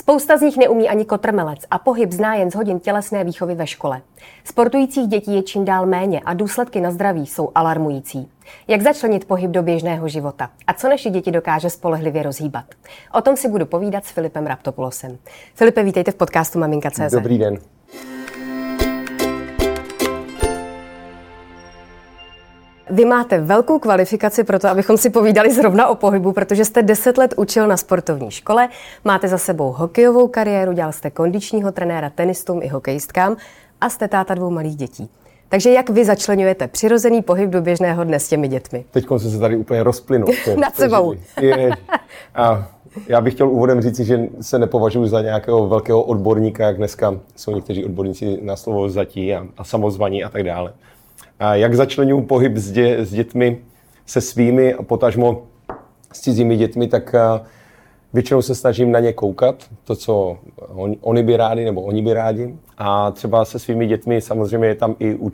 Spousta z nich neumí ani kotrmelec a pohyb zná jen z hodin tělesné výchovy ve škole. Sportujících dětí je čím dál méně a důsledky na zdraví jsou alarmující. Jak začlenit pohyb do běžného života? A co naše děti dokáže spolehlivě rozhýbat? O tom si budu povídat s Filipem Raptopoulosem. Filipe, vítejte v podcastu Maminka.cz. Dobrý den. Vy máte velkou kvalifikaci pro to, abychom si povídali zrovna o pohybu, protože jste 10 let učil na sportovní škole, máte za sebou hokejovou kariéru, dělal jste kondičního trenéra tenistům i hokejistkám a jste táta 2 malých dětí. Takže jak vy začleňujete přirozený pohyb do běžného dne s těmi dětmi? Teď jsem se tady úplně rozplynul. Nad sebou. Já bych chtěl úvodem říci, že se nepovažuji za nějakého velkého odborníka, jak dneska jsou někteří odborníci na slovo vzatí a samozvaní a tak dále. A jak začleňuji pohyb s dětmi, se svými a potažmo s cizími dětmi, tak většinou se snažím na ně koukat, to, co oni by rádi nebo oni by rádi. A třeba se svými dětmi samozřejmě je tam i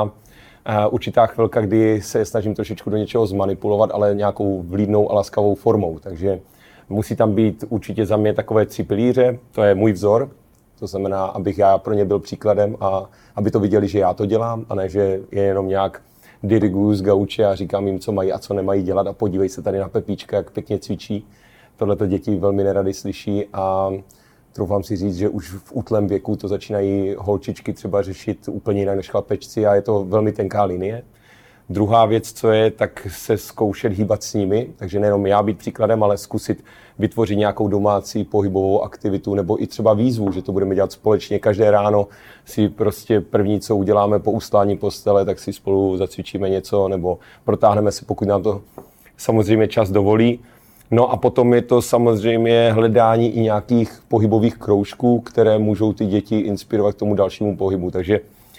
určitá chvilka, kdy se snažím trošičku do něčeho zmanipulovat, ale nějakou vlídnou a laskavou formou. Takže musí tam být určitě za mě takové 3 pilíře, to je můj vzor. To znamená, abych já pro ně byl příkladem a aby to viděli, že já to dělám a ne, že je jenom nějak diriguju z gauče a říkám jim, co mají a co nemají dělat a podívej se tady na Pepíčka, jak pěkně cvičí. Tohleto děti velmi nerady slyší a troufám si říct, že už v útlém věku to začínají holčičky třeba řešit úplně jinak než chlapečci a je to velmi tenká linie. Druhá věc, co je, tak se zkoušet hýbat s nimi, takže nejenom já být příkladem, ale zkusit vytvořit nějakou domácí pohybovou aktivitu nebo i třeba výzvu, že to budeme dělat společně. Každé ráno si prostě první, co uděláme po ustání postele, tak si spolu zacvičíme něco nebo protáhneme si, pokud nám to samozřejmě čas dovolí. No a potom je to samozřejmě hledání i nějakých pohybových kroužků, které můžou ty děti inspirovat k tomu dalšímu pohybu. Takže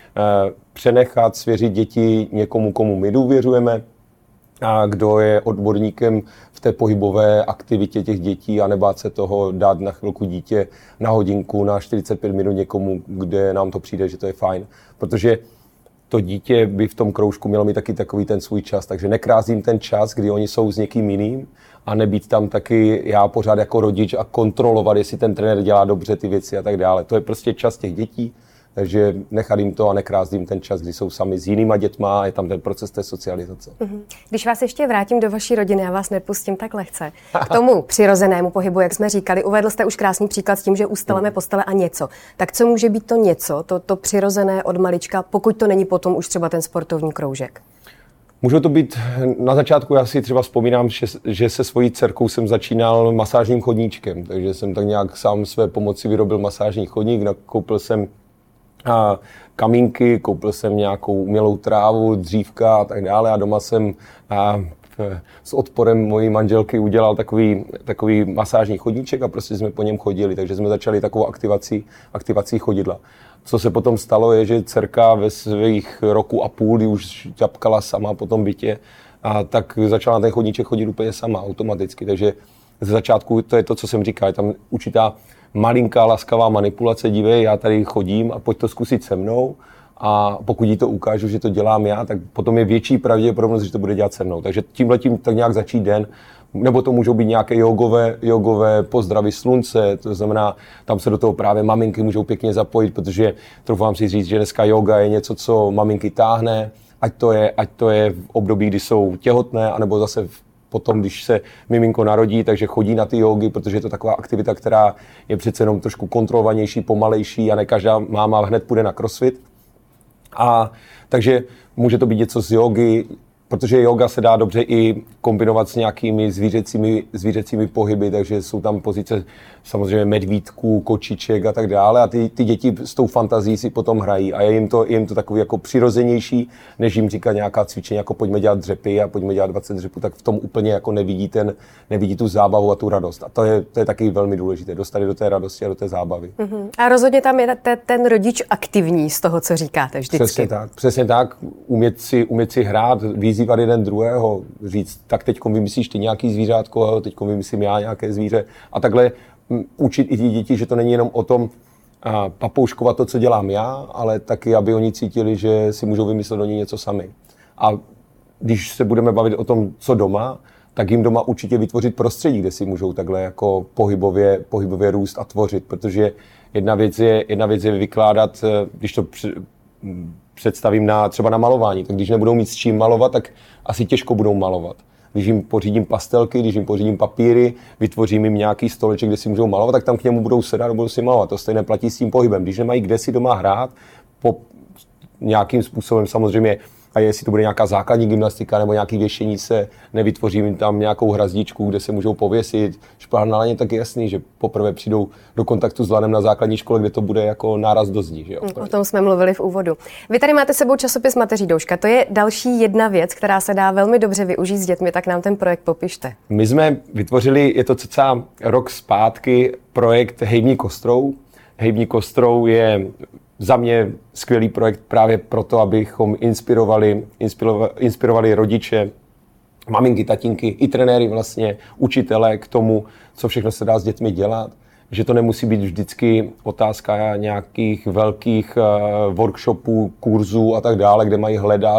přenechat, svěřit děti někomu, komu my důvěřujeme a kdo je odborníkem v té pohybové aktivitě těch dětí a nebát se toho dát na chvilku dítě na hodinku, na 45 minut někomu, kde nám to přijde, že to je fajn. Protože to dítě by v tom kroužku mělo mít taky takový ten svůj čas, takže nekrást jim ten čas, kdy oni jsou s někým jiným a nebýt tam taky já pořád jako rodič a kontrolovat, jestli ten trenér dělá dobře ty věci a tak dále. To je prostě čas těch dětí. Takže nechat jim to a nekrást jim ten čas, kdy jsou sami s jinýma dětma a je tam ten proces té socializace. Když vás ještě vrátím do vaší rodiny, já vás nepustím tak lehce. K tomu přirozenému pohybu, jak jsme říkali, uvedl jste už krásný příklad s tím, že ustaleme postele a něco. Tak co může být to něco, to přirozené od malička, pokud to není potom už třeba ten sportovní kroužek? Můžou to být, na začátku já si třeba vzpomínám, že se svojí dcerkou jsem začínal masážním chodníčkem, takže jsem tak nějak sám své pomoci vyrobil masážní chodník, nakoupil jsem kamínky, koupil jsem nějakou umělou trávu, dřívka a tak dále a doma jsem s odporem mojí manželky udělal takový masážní chodníček a prostě jsme po něm chodili, takže jsme začali takovou aktivací chodidla. Co se potom stalo je, že dcerka ve svých 1,5 roku, kdy už ťapkala sama po tom bytě, a tak začala na ten chodníček chodit úplně sama, automaticky, takže ze začátku to je to, co jsem říkal, je tam určitá malinká laskavá manipulace, dívej, já tady chodím a pojď to zkusit se mnou a pokud jí to ukážu, že to dělám já, tak potom je větší pravděpodobnost, že to bude dělat se mnou. Takže tímhletím tak nějak začít den, nebo to můžou být nějaké jogové pozdravy slunce, to znamená, tam se do toho právě maminky můžou pěkně zapojit, protože troufám si říct, že dneska yoga je něco, co maminky táhne, ať to je v období, kdy jsou těhotné, anebo zase potom, když se miminko narodí, takže chodí na ty jogy, protože je to taková aktivita, která je přece jenom trošku kontrolovanější, pomalejší a ne každá máma hned půjde na crossfit. A takže může to být něco z jogy, protože yoga se dá dobře i kombinovat s nějakými zvířecími pohyby, takže jsou tam pozice samozřejmě medvídků, kočiček a tak dále a ty děti s tou fantazí si potom hrají a je jim to takový jako přirozenější, než jim říkat nějaká cvičení, jako pojďme dělat dřepy a pojďme dělat 20 dřepů, tak v tom úplně jako nevidí tu zábavu a tu radost. A to je taky velmi důležité, dostat do té radosti a do té zábavy. A rozhodně tam je ten rodič aktivní z toho, co říkáte vždycky. Přesně tak, umět si hrát, vyzývat jeden druhého, říct, tak teďko vymyslíš ty nějaký zvířátko, teďko vymyslím já nějaké zvíře a takhle učit i ty děti, že to není jenom o tom papouškovat to, co dělám já, ale taky, aby oni cítili, že si můžou vymyslet do ní něco sami. A když se budeme bavit o tom, co doma, tak jim doma určitě vytvořit prostředí, kde si můžou takhle jako pohybově růst a tvořit, protože jedna věc je vykládat, když to představím třeba na malování, tak když nebudou mít s čím malovat, tak asi těžko budou malovat. Když jim pořídím pastelky, když jim pořídím papíry, vytvořím jim nějaký stoleček, kde si můžou malovat, tak tam k němu budou sedat a budou si malovat. To stejné platí s tím pohybem. Když nemají kde si doma hrát, nějakým způsobem samozřejmě, a jestli to bude nějaká základní gymnastika nebo nějaký věšení se, nevytvořím tam nějakou hrazdičku, kde se můžou pověsit, šplhat na laně, tak je jasný, že poprvé přijdou do kontaktu s lanem na základní škole, kde to bude jako náraz do zdí. Že jo? O tom jsme mluvili v úvodu. Vy tady máte sebou časopis Mateří douška. To je další jedna věc, která se dá velmi dobře využít s dětmi, tak nám ten projekt popište. My jsme vytvořili, je to cca rok zpátky, projekt Hejbni kostrou. Hejbni kostrou je za mě skvělý projekt právě proto, abychom inspirovali rodiče, maminky, tatínky, i trenéry vlastně, učitele k tomu, co všechno se dá s dětmi dělat. Že to nemusí být vždycky otázka nějakých velkých workshopů, kurzů a tak dále, kde mají hledat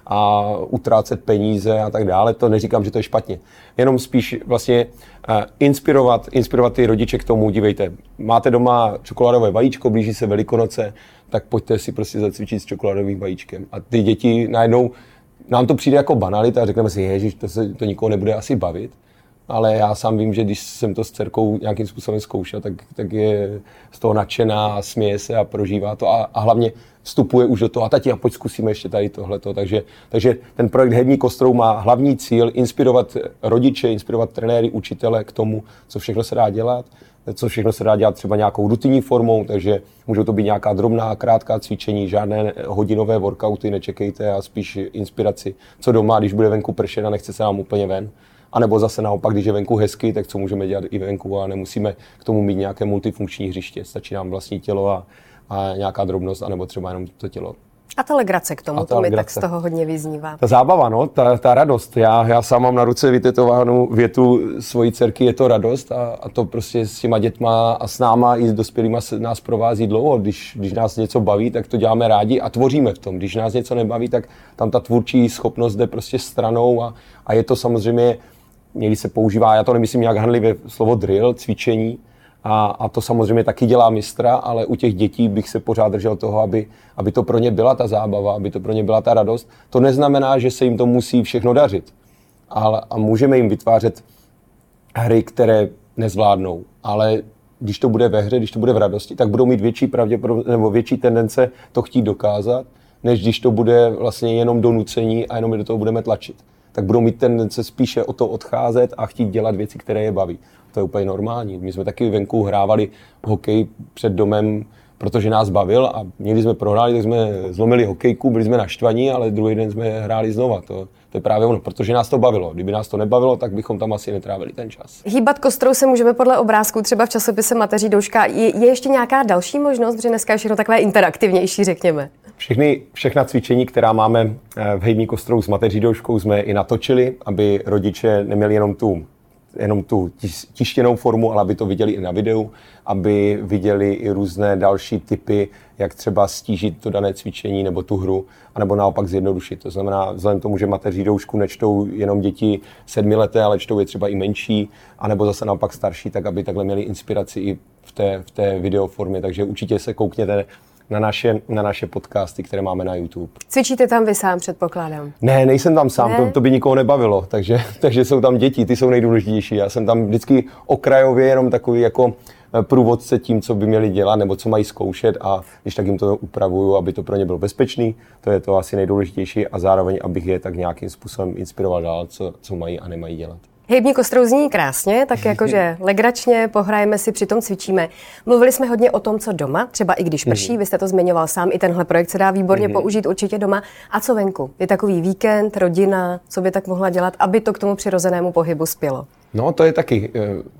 a utrácet peníze a tak dále. To neříkám, že to je špatně. Jenom spíš vlastně inspirovat ty rodiče k tomu, dívejte, máte doma čokoládové vajíčko, blíží se Velikonoce, tak pojďte si prostě zacvičit s čokoládovým vajíčkem. A ty děti najednou, nám to přijde jako banalita a řekneme si, ježiš, to nikoho nebude asi bavit. Ale já sám vím, že když jsem to s dcerkou nějakým způsobem zkoušel, tak je z toho nadšená a směje se a prožívá to a hlavně vstupuje už do toho. A tati, a pojď zkusíme ještě tady tohleto. Takže ten projekt Hejbni kostrou má hlavní cíl inspirovat rodiče, inspirovat trenéry, učitele k tomu, co všechno se dá dělat. Co všechno se dá dělat třeba nějakou rutinní formou, takže můžou to být nějaká drobná, krátká cvičení, žádné hodinové workouty, nečekejte a spíš inspiraci, co doma, když bude venku pršet a nechce se nám úplně ven. A nebo zase naopak, když je venku hezky, tak co můžeme dělat i venku a nemusíme k tomu mít nějaké multifunkční hřiště. Stačí nám vlastní tělo a nějaká drobnost, anebo třeba jenom to tělo. A ta legrace k tomu, to mi tak z toho hodně vyznívá. Ta zábava, no, ta radost. Já sám mám na ruce vytetovanou větu svojí dcerky, je to radost a to prostě s těma dětma a s náma i s dospělýma nás provází dlouho. Když nás něco baví, tak to děláme rádi a tvoříme v tom. Když nás něco nebaví, tak tam ta tvůrčí schopnost jde prostě stranou a je to samozřejmě, někdy se používá, já to nemyslím nějak hanlivě, slovo drill, cvičení, a to samozřejmě taky dělá mistra, ale u těch dětí bych se pořád držel toho, aby to pro ně byla ta zábava, aby to pro ně byla ta radost. To neznamená, že se jim to musí všechno dařit. A můžeme jim vytvářet hry, které nezvládnou. Ale když to bude ve hře, když to bude v radosti, tak budou mít větší pravděpodobnost nebo větší tendence to chtít dokázat, než když to bude vlastně jenom donucení a jenom do toho budeme tlačit. Tak budou mít tendence spíše o to odcházet a chtít dělat věci, které je baví. To je úplně normální. My jsme taky venku hrávali hokej před domem, protože nás bavil a někdy jsme prohráli, tak jsme zlomili hokejku, byli jsme naštvaní, ale druhý den jsme hráli znova. To je právě ono, protože nás to bavilo. Kdyby nás to nebavilo, tak bychom tam asi netrávili ten čas. Hýbat kostrou se můžeme podle obrázků třeba v časopise Mateří douška. Je ještě nějaká další možnost, protože dneska je všechno takové interaktivnější, řekněme? Všechna cvičení, která máme v Hejbni kostrou s Mateří douškou, jsme i natočili, aby rodiče neměli jenom tu tištěnou formu, ale aby to viděli i na videu, aby viděli i různé další typy, jak třeba stížit to dané cvičení nebo tu hru, anebo naopak zjednodušit. To znamená, vzhledem k tomu, že Mateří doušku nečtou jenom děti 7leté, ale čtou je třeba i menší, anebo zase naopak starší, tak aby takhle měli inspiraci i v té videoformě. Takže určitě se koukněte na naše podcasty, které máme na YouTube. Cvičíte tam vy sám, předpokládám? Ne, nejsem tam sám, to by nikoho nebavilo, takže jsou tam děti, ty jsou nejdůležitější. Já jsem tam vždycky okrajově jenom takový jako průvodce tím, co by měli dělat nebo co mají zkoušet a když tak jim to upravuju, aby to pro ně bylo bezpečný, to je to asi nejdůležitější a zároveň, abych je tak nějakým způsobem inspiroval dál, co mají a nemají dělat. Hejbni kostrou zní krásně, tak jakože legračně, pohrajeme si, přitom cvičíme. Mluvili jsme hodně o tom, co doma, třeba i když prší, vy jste to zmiňoval sám, i tenhle projekt se dá výborně použít určitě doma. A co venku? Je takový víkend, rodina, co by tak mohla dělat, aby to k tomu přirozenému pohybu spělo? No, to je taky.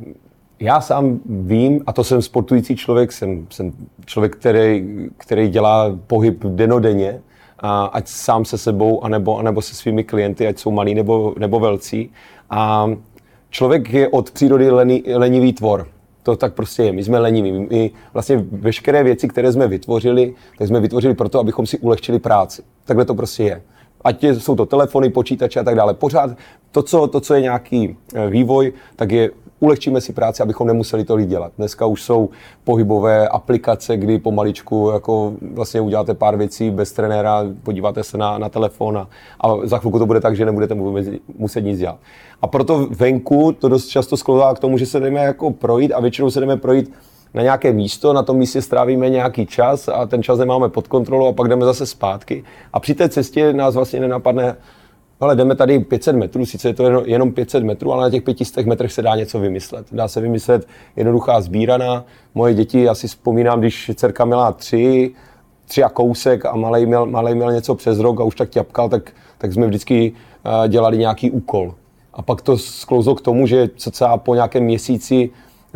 Já sám vím, a to jsem sportující člověk, jsem člověk, který dělá pohyb dennodenně, ať sám se sebou, anebo se svými klienty, ať jsou malí nebo velcí. A člověk je od přírody lenivý tvor. To tak prostě je. My jsme leniví. My vlastně veškeré věci, které jsme vytvořili, tak jsme vytvořili proto, abychom si ulehčili práci. Takhle to prostě je. ať jsou to telefony, počítače a tak dále. Pořád to, co je nějaký vývoj, tak je ulehčíme si práci, abychom nemuseli tolik dělat. Dneska už jsou pohybové aplikace, kdy pomaličku jako vlastně uděláte pár věcí bez trenéra, podíváte se na telefon a za chvilku to bude tak, že nebudete muset nic dělat. A proto venku to dost často sklouzá k tomu, že se jdeme jako projít a většinou se jdeme projít na nějaké místo, na tom místě strávíme nějaký čas a ten čas nemáme pod kontrolou a pak jdeme zase zpátky. A při té cestě nás vlastně nenapadne, ale ddeme tady 500 metrů, sice je to jenom 500 metrů, ale na těch 500 metrech se dá něco vymyslet. Dá se vymyslet jednoduchá sbíraná. Moje děti, já si vzpomínám, když dcerka měla 3 a kousek a malej měl něco přes rok a už tak ťapkal, tak jsme vždycky dělali nějaký úkol. A pak to sklouzlo k tomu, že cca po nějakém měsíci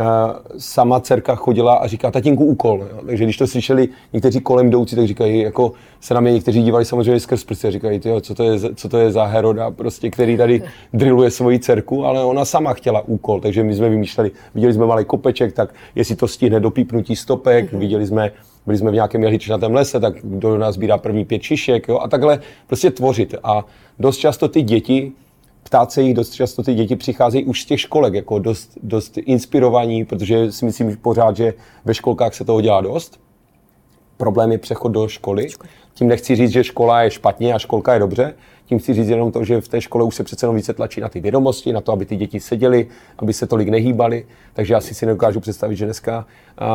sama dcerka chodila a říká tatínku úkol. Jo. Takže když to slyšeli někteří kolem jdoucí, tak říkají, jako se na mě někteří dívali samozřejmě skrz prsty a říkají, tyjo, co to je za Heroda, prostě, který tady drilluje svoji dcerku, ale ona sama chtěla úkol, takže my jsme vymýšleli, viděli jsme malý kopeček, tak jestli to stihne do pípnutí stopek, byli jsme v nějakém jehličnatém lese, tak do nás sbírá první 5 šišek, jo, a takhle prostě tvořit. A dost často ty děti, ptát se jich, dost často ty děti přicházejí už z těch školek, jako dost inspirovaní, protože si myslím pořád, že ve školkách se toho dělá dost. Problém je přechod do školy. Tím nechci říct, že škola je špatně a školka je dobře. Tím chci říct jenom to, že v té škole už se přece jenom více tlačí na ty vědomosti, na to, aby ty děti seděly, aby se tolik nehýbaly. Takže asi si nedokážu představit, že dneska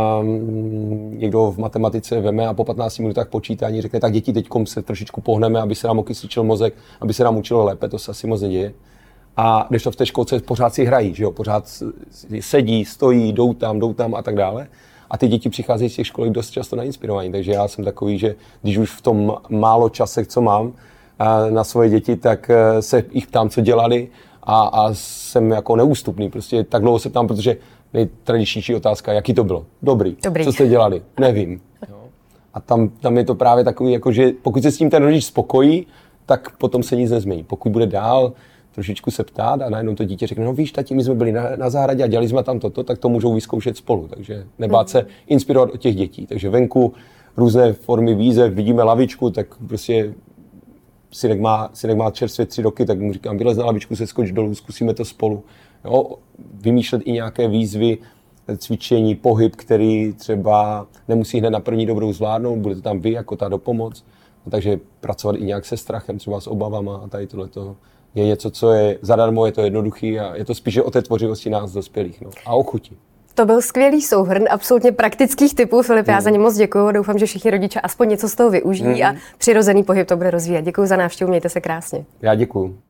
někdo v matematice veme a po 15 minutách počítání řekne, tak děti, teďkom se trošičku pohneme, aby se nám okysličil mozek, aby se nám učilo lépe, to se asi moc neděje. A když to v té školce pořád si hrají, že jo? Pořád sedí, stojí, jdou tam a tak dále. A ty děti přicházejí z těch školek dost často na inspirování, takže já jsem takový, že když už v tom málo časech, co mám na svoje děti, tak se jich ptám, co dělali a jsem jako neústupný. Prostě tak dlouho se ptám, protože nejtradičnější otázka, jaký to bylo? Dobrý. Co jste dělali? Nevím. Jo. A tam je to právě takový, jako, že pokud se s tím ten rodič spokojí, tak potom se nic nezmění. Pokud bude dál trošičku se ptát a najednou to dítě řekne, no víš, tati, my jsme byli na zahradě a dělali jsme tam toto, tak to můžou vyzkoušet spolu. Takže nebát se inspirovat od těch dětí. Takže venku různé formy výzev, vidíme lavičku, tak prostě synek má čerstvě 3 roky, tak mu říkám, vylez na lavičku, se skoč dolů, zkusíme to spolu. Jo, vymýšlet i nějaké výzvy, cvičení, pohyb, který třeba nemusí hned na první dobrou zvládnout, budete tam vy jako ta dopomoc. Takže pracovat i nějak se strachem, třeba s obavama a tady tohleto je něco, co je zadarmo, je to jednoduchý a je to spíše o té tvořivosti nás dospělých, no, a o chuti. To byl skvělý souhrn absolutně praktických typů, Filip, já za ně moc děkuju. Doufám, že všichni rodiče aspoň něco z toho využijí a přirozený pohyb to bude rozvíjet. Děkuju za návštěvu, mějte se krásně. Já děkuju.